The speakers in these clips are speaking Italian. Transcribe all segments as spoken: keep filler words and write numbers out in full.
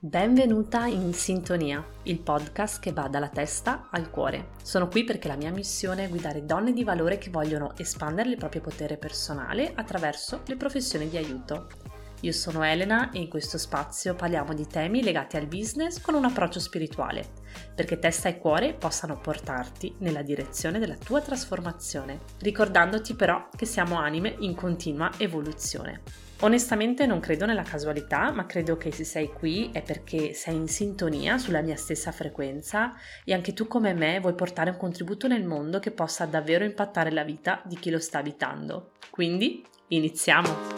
Benvenuta in Sintonia, il podcast che va dalla testa al cuore. Sono qui perché la mia missione è guidare donne di valore che vogliono espandere il proprio potere personale attraverso le professioni di aiuto. Io sono Elena e in questo spazio parliamo di temi legati al business con un approccio spirituale, perché testa e cuore possano portarti nella direzione della tua trasformazione, ricordandoti però che siamo anime in continua evoluzione. Onestamente non credo nella casualità, ma credo che se sei qui è perché sei in sintonia sulla mia stessa frequenza e anche tu come me vuoi portare un contributo nel mondo che possa davvero impattare la vita di chi lo sta abitando. Quindi, iniziamo!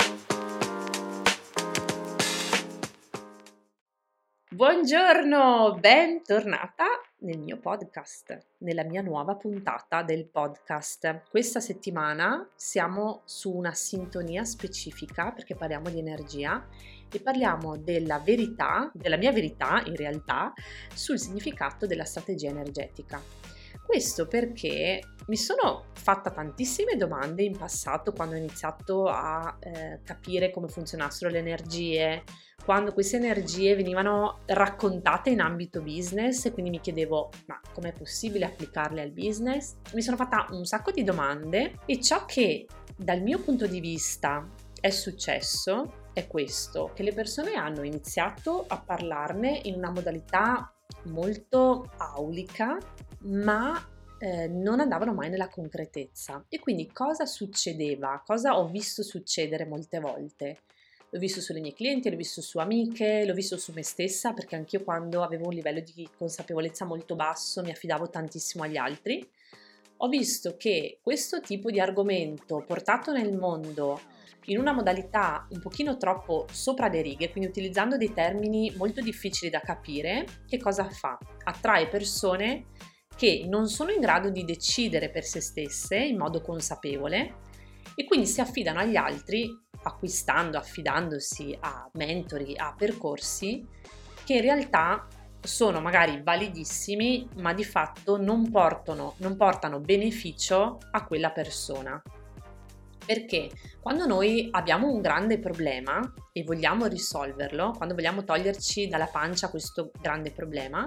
Buongiorno, bentornata nel mio podcast, nella mia nuova puntata del podcast. Questa settimana siamo su una sintonia specifica perché parliamo di energia e parliamo della verità, della mia verità in realtà, sul significato della strategia energetica. Questo perché mi sono fatta tantissime domande in passato quando ho iniziato a eh, capire come funzionassero le energie, quando queste energie venivano raccontate in ambito business e quindi mi chiedevo ma com'è possibile applicarle al business? Mi sono fatta un sacco di domande e ciò che dal mio punto di vista è successo è questo, che le persone hanno iniziato a parlarne in una modalità molto aulica, ma eh, non andavano mai nella concretezza. E quindi cosa succedeva? Cosa ho visto succedere molte volte? L'ho visto sulle mie clienti, l'ho visto su amiche, l'ho visto su me stessa, perché anch'io quando avevo un livello di consapevolezza molto basso mi affidavo tantissimo agli altri. Ho visto che questo tipo di argomento portato nel mondo in una modalità un pochino troppo sopra le righe, quindi utilizzando dei termini molto difficili da capire, che cosa fa? Attrae persone che non sono in grado di decidere per se stesse in modo consapevole e quindi si affidano agli altri acquistando, affidandosi a mentori, a percorsi che in realtà sono magari validissimi, ma di fatto non portano, non portano beneficio a quella persona. Perché quando noi abbiamo un grande problema e vogliamo risolverlo, quando vogliamo toglierci dalla pancia questo grande problema,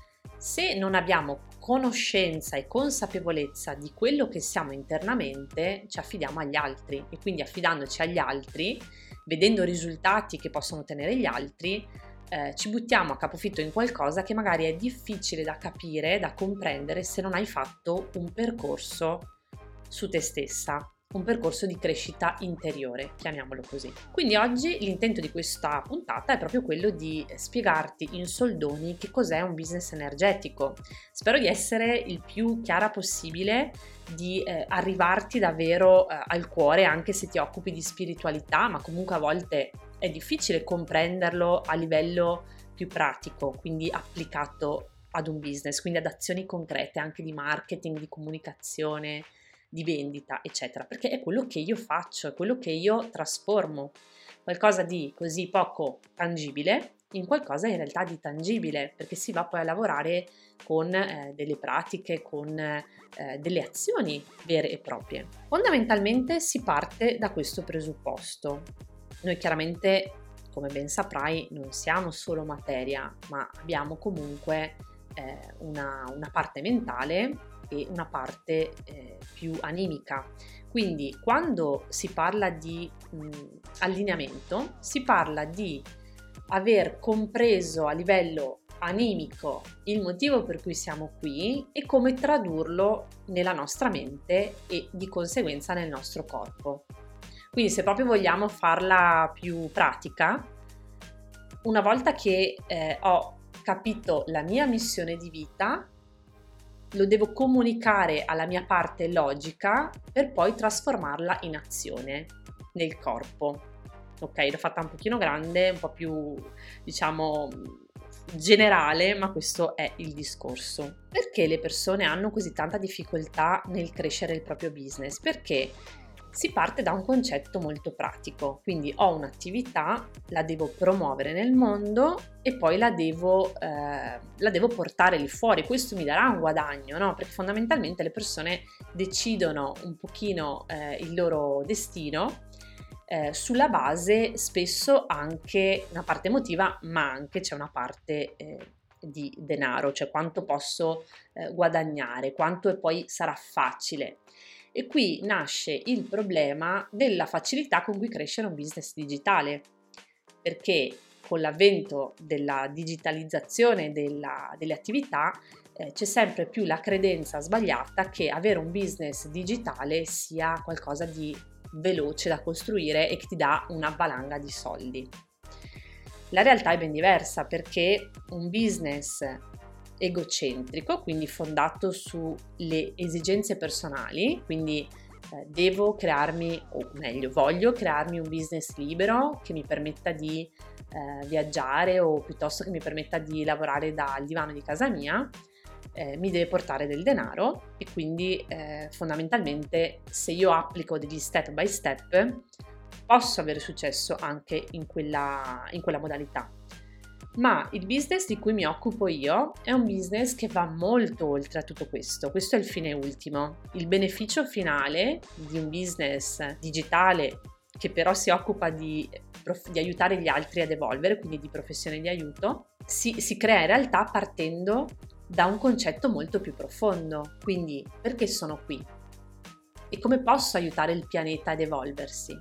se non abbiamo conoscenza e consapevolezza di quello che siamo internamente, ci affidiamo agli altri e quindi affidandoci agli altri, vedendo risultati che possono ottenere gli altri, eh, ci buttiamo a capofitto in qualcosa che magari è difficile da capire, da comprendere se non hai fatto un percorso su te stessa. Un percorso di crescita interiore, chiamiamolo così. Quindi oggi l'intento di questa puntata è proprio quello di spiegarti in soldoni che cos'è un business energetico. Spero di essere il più chiara possibile, di eh, arrivarti davvero eh, al cuore, anche se ti occupi di spiritualità, ma comunque a volte è difficile comprenderlo a livello più pratico, quindi applicato ad un business, quindi ad azioni concrete anche di marketing, di comunicazione, di vendita, eccetera, perché è quello che io faccio, è quello che io trasformo, qualcosa di così poco tangibile in qualcosa in realtà di tangibile, perché si va poi a lavorare con eh, delle pratiche, con eh, delle azioni vere e proprie. Fondamentalmente si parte da questo presupposto. Noi chiaramente, come ben saprai, non siamo solo materia, ma abbiamo comunque eh, una, una parte mentale e una parte eh, più animica. Quindi quando si parla di mh, allineamento, si parla di aver compreso a livello animico il motivo per cui siamo qui e come tradurlo nella nostra mente e di conseguenza nel nostro corpo. Quindi se proprio vogliamo farla più pratica, una volta che eh, ho capito la mia missione di vita, lo devo comunicare alla mia parte logica per poi trasformarla in azione nel corpo. Ok, l'ho fatta un pochino grande, un po' più, diciamo, generale, ma questo è il discorso. Perché le persone hanno così tanta difficoltà nel crescere il proprio business? Perché si parte da un concetto molto pratico, quindi ho un'attività, la devo promuovere nel mondo e poi la devo, eh, la devo portare lì fuori, questo mi darà un guadagno, no? Perché fondamentalmente le persone decidono un pochino eh, il loro destino eh, sulla base spesso anche una parte emotiva, ma anche c'è una parte eh, di denaro, cioè quanto posso eh, guadagnare, quanto e poi sarà facile. E qui nasce il problema della facilità con cui crescere un business digitale, perché con l'avvento della digitalizzazione della, delle attività eh, c'è sempre più la credenza sbagliata che avere un business digitale sia qualcosa di veloce da costruire e che ti dà una valanga di soldi. La realtà è ben diversa, perché un business egocentrico, quindi fondato sulle esigenze personali, quindi eh, devo crearmi, o meglio, voglio crearmi un business libero che mi permetta di eh, viaggiare o piuttosto che mi permetta di lavorare dal divano di casa mia, eh, mi deve portare del denaro e quindi eh, fondamentalmente se io applico degli step by step posso avere successo anche in quella, in quella modalità. Ma il business di cui mi occupo io è un business che va molto oltre a tutto questo. Questo è il fine ultimo. Il beneficio finale di un business digitale che però si occupa di, di aiutare gli altri ad evolvere, quindi di professione di aiuto, si, si crea in realtà partendo da un concetto molto più profondo. Quindi, perché sono qui? E come posso aiutare il pianeta ad evolversi?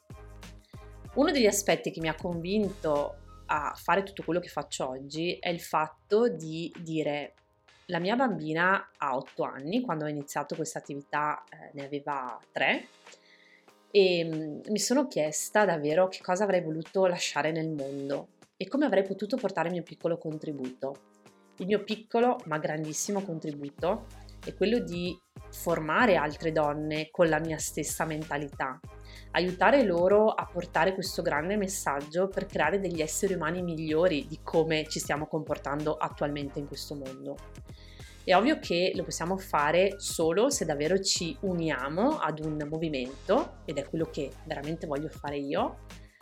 Uno degli aspetti che mi ha convinto a fare tutto quello che faccio oggi è il fatto di dire: la mia bambina ha otto anni, quando ho iniziato questa attività eh, ne aveva tre, e mh, mi sono chiesta davvero che cosa avrei voluto lasciare nel mondo e come avrei potuto portare il mio piccolo contributo. Il mio piccolo ma grandissimo contributo è quello di formare altre donne con la mia stessa mentalità, aiutare loro a portare questo grande messaggio per creare degli esseri umani migliori di come ci stiamo comportando attualmente in questo mondo. È ovvio che lo possiamo fare solo se davvero ci uniamo ad un movimento, ed è quello che veramente voglio fare io,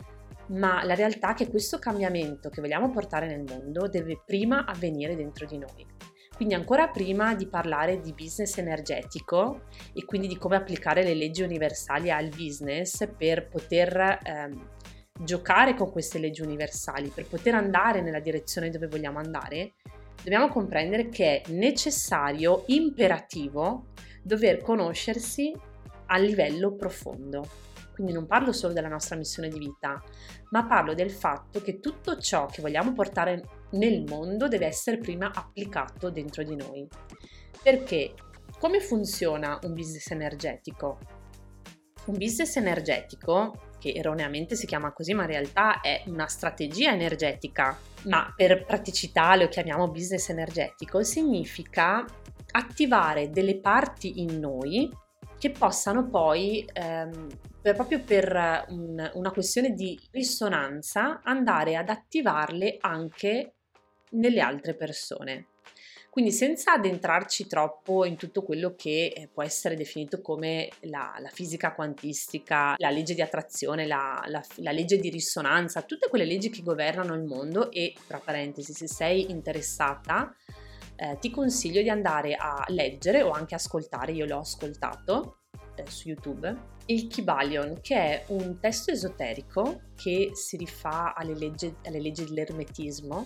ma la realtà è che questo cambiamento che vogliamo portare nel mondo deve prima avvenire dentro di noi. Quindi ancora prima di parlare di business energetico e quindi di come applicare le leggi universali al business per poter ehm, giocare con queste leggi universali, per poter andare nella direzione dove vogliamo andare, dobbiamo comprendere che è necessario, imperativo, dover conoscersi a livello profondo. Quindi non parlo solo della nostra missione di vita, ma parlo del fatto che tutto ciò che vogliamo portare nel mondo deve essere prima applicato dentro di noi. Perché come funziona un business energetico? Un business energetico, che erroneamente si chiama così, ma in realtà è una strategia energetica, ma per praticità lo chiamiamo business energetico, significa attivare delle parti in noi che possano poi, ehm, per, proprio per un, una questione di risonanza, andare ad attivarle anche nelle altre persone. Quindi senza addentrarci troppo in tutto quello che eh, può essere definito come la, la fisica quantistica, la legge di attrazione, la, la, la legge di risonanza, tutte quelle leggi che governano il mondo, e tra parentesi, se sei interessata, Eh, ti consiglio di andare a leggere o anche ascoltare, io l'ho ascoltato eh, su YouTube, il Kybalion, che è un testo esoterico che si rifà alle leggi, alle leggi dell'ermetismo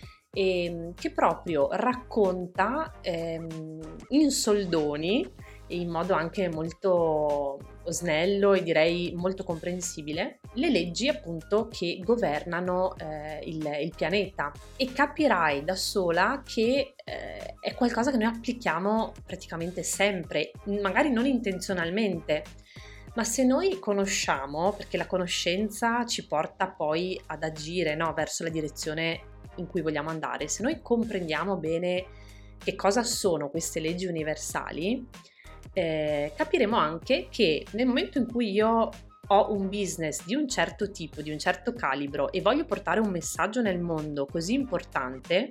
e che proprio racconta ehm, in soldoni e in modo anche molto snello e direi molto comprensibile le leggi appunto che governano eh, il, il pianeta, e capirai da sola che eh, è qualcosa che noi applichiamo praticamente sempre, magari non intenzionalmente, ma se noi conosciamo, perché la conoscenza ci porta poi ad agire, no, verso la direzione in cui vogliamo andare, se noi comprendiamo bene che cosa sono queste leggi universali, eh, capiremo anche che nel momento in cui io ho un business di un certo tipo, di un certo calibro e voglio portare un messaggio nel mondo così importante,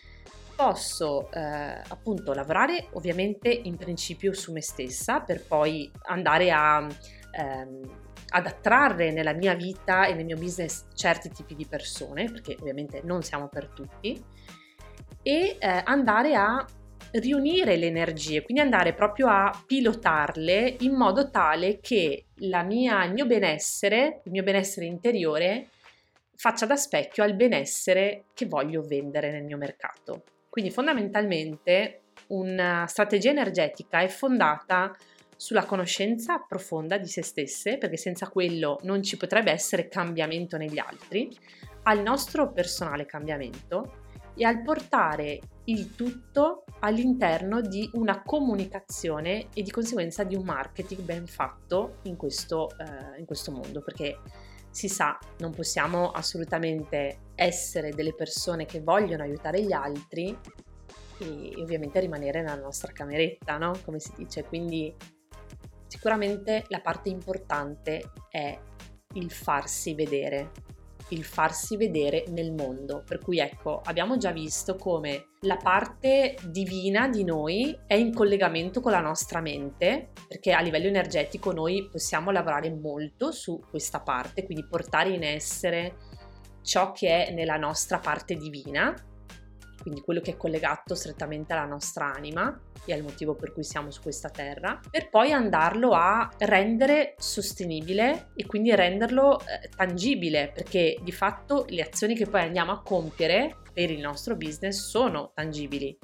posso eh, appunto lavorare ovviamente in principio su me stessa per poi andare a ehm, ad attrarre nella mia vita e nel mio business certi tipi di persone, perché ovviamente non siamo per tutti, e eh, andare a riunire le energie, quindi andare proprio a pilotarle in modo tale che la mia, il mio benessere, il mio benessere interiore faccia da specchio al benessere che voglio vendere nel mio mercato. Quindi fondamentalmente una strategia energetica è fondata sulla conoscenza profonda di se stesse, perché senza quello non ci potrebbe essere cambiamento negli altri, al nostro personale cambiamento e al portare il tutto all'interno di una comunicazione e di conseguenza di un marketing ben fatto in questo, eh, in questo mondo, perché si sa, non possiamo assolutamente essere delle persone che vogliono aiutare gli altri e ovviamente rimanere nella nostra cameretta, no? Come si dice, quindi sicuramente la parte importante è il farsi vedere, il farsi vedere nel mondo, per cui ecco, abbiamo già visto come la parte divina di noi è in collegamento con la nostra mente, perché a livello energetico noi possiamo lavorare molto su questa parte, quindi portare in essere ciò che è nella nostra parte divina, quindi quello che è collegato strettamente alla nostra anima e al motivo per cui siamo su questa terra, per poi andarlo a rendere sostenibile e quindi renderlo eh, tangibile, perché di fatto le azioni che poi andiamo a compiere per il nostro business sono tangibili.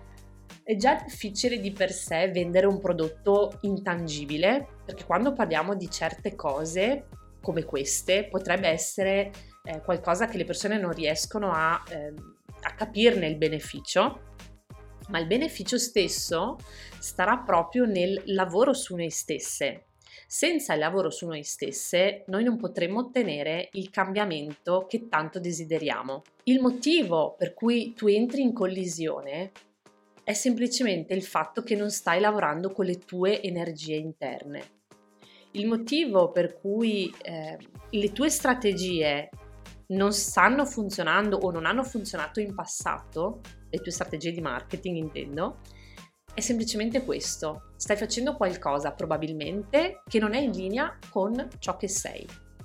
È già difficile di per sé vendere un prodotto intangibile, perché quando parliamo di certe cose come queste potrebbe essere eh, qualcosa che le persone non riescono a eh, a capirne il beneficio, ma il beneficio stesso starà proprio nel lavoro su noi stesse. Senza il lavoro su noi stesse noi non potremo ottenere il cambiamento che tanto desideriamo. Il motivo per cui tu entri in collisione è semplicemente il fatto che non stai lavorando con le tue energie interne. Il motivo per cui eh, le tue strategie non stanno funzionando o non hanno funzionato in passato, le tue strategie di marketing intendo, è semplicemente questo: stai facendo qualcosa probabilmente che non è in linea con ciò che sei.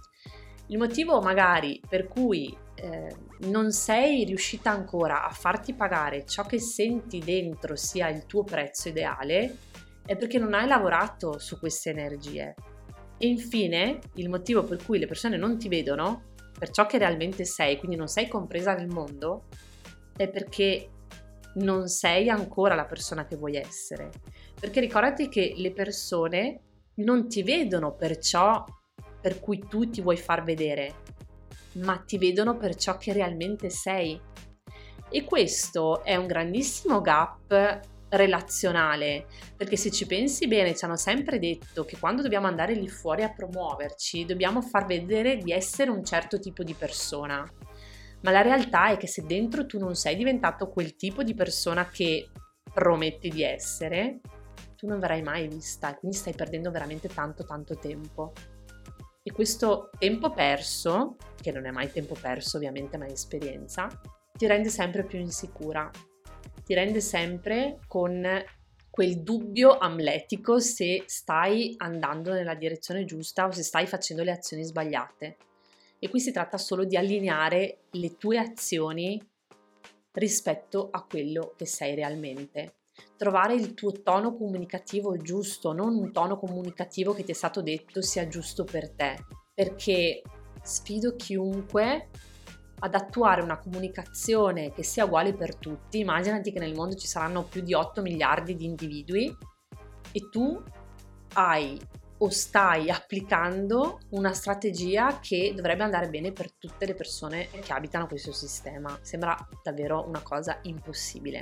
Il motivo magari per cui eh, non sei riuscita ancora a farti pagare ciò che senti dentro sia il tuo prezzo ideale è perché non hai lavorato su queste energie. E infine il motivo per cui le persone non ti vedono per ciò che realmente sei, quindi non sei compresa nel mondo, è perché non sei ancora la persona che vuoi essere. Perché ricordati che le persone non ti vedono per ciò per cui tu ti vuoi far vedere, ma ti vedono per ciò che realmente sei. E questo è un grandissimo gap relazionale, perché se ci pensi bene ci hanno sempre detto che quando dobbiamo andare lì fuori a promuoverci dobbiamo far vedere di essere un certo tipo di persona, ma la realtà è che se dentro tu non sei diventato quel tipo di persona che prometti di essere, tu non verrai mai vista e quindi stai perdendo veramente tanto tanto tempo. E questo tempo perso, che non è mai tempo perso ovviamente ma è esperienza, ti rende sempre più insicura, ti rende sempre con quel dubbio amletico se stai andando nella direzione giusta o se stai facendo le azioni sbagliate. E qui si tratta solo di allineare le tue azioni rispetto a quello che sei realmente. Trovare il tuo tono comunicativo giusto, non un tono comunicativo che ti è stato detto sia giusto per te, perché sfido chiunque ad attuare una comunicazione che sia uguale per tutti. Immaginati che nel mondo ci saranno più di otto miliardi di individui e tu hai o stai applicando una strategia che dovrebbe andare bene per tutte le persone che abitano questo sistema. Sembra davvero una cosa impossibile.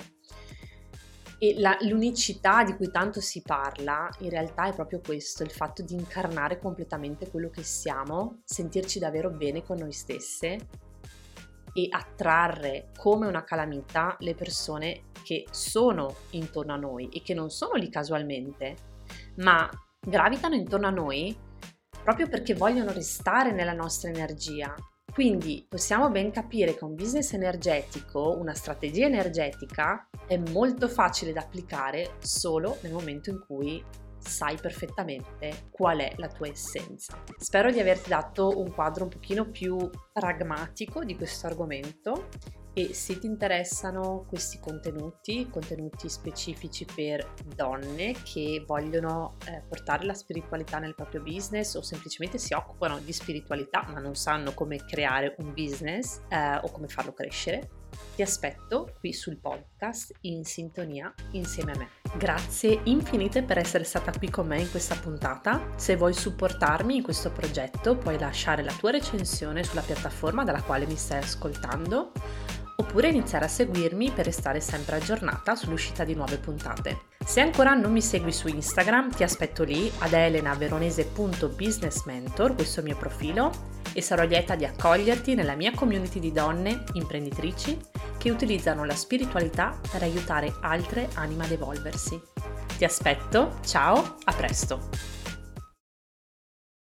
E la, l'unicità di cui tanto si parla in realtà è proprio questo, il fatto di incarnare completamente quello che siamo, sentirci davvero bene con noi stesse e attrarre come una calamita le persone che sono intorno a noi e che non sono lì casualmente, ma gravitano intorno a noi proprio perché vogliono restare nella nostra energia. Quindi possiamo ben capire che un business energetico, una strategia energetica, è molto facile da applicare solo nel momento in cui sai perfettamente qual è la tua essenza. Spero di averti dato un quadro un pochino più pragmatico di questo argomento e se ti interessano questi contenuti, contenuti specifici per donne che vogliono eh, portare la spiritualità nel proprio business o semplicemente si occupano di spiritualità ma non sanno come creare un business eh, o come farlo crescere, ti aspetto qui sul podcast in sintonia insieme a me. Grazie infinite per essere stata qui con me in questa puntata. Se vuoi supportarmi in questo progetto puoi lasciare la tua recensione sulla piattaforma dalla quale mi stai ascoltando oppure iniziare a seguirmi per restare sempre aggiornata sull'uscita di nuove puntate. Se ancora non mi segui su Instagram, ti aspetto lì ad elenaveronese punto business mentor, questo è il mio profilo, e sarò lieta di accoglierti nella mia community di donne imprenditrici che utilizzano la spiritualità per aiutare altre anime ad evolversi. Ti aspetto, ciao, a presto!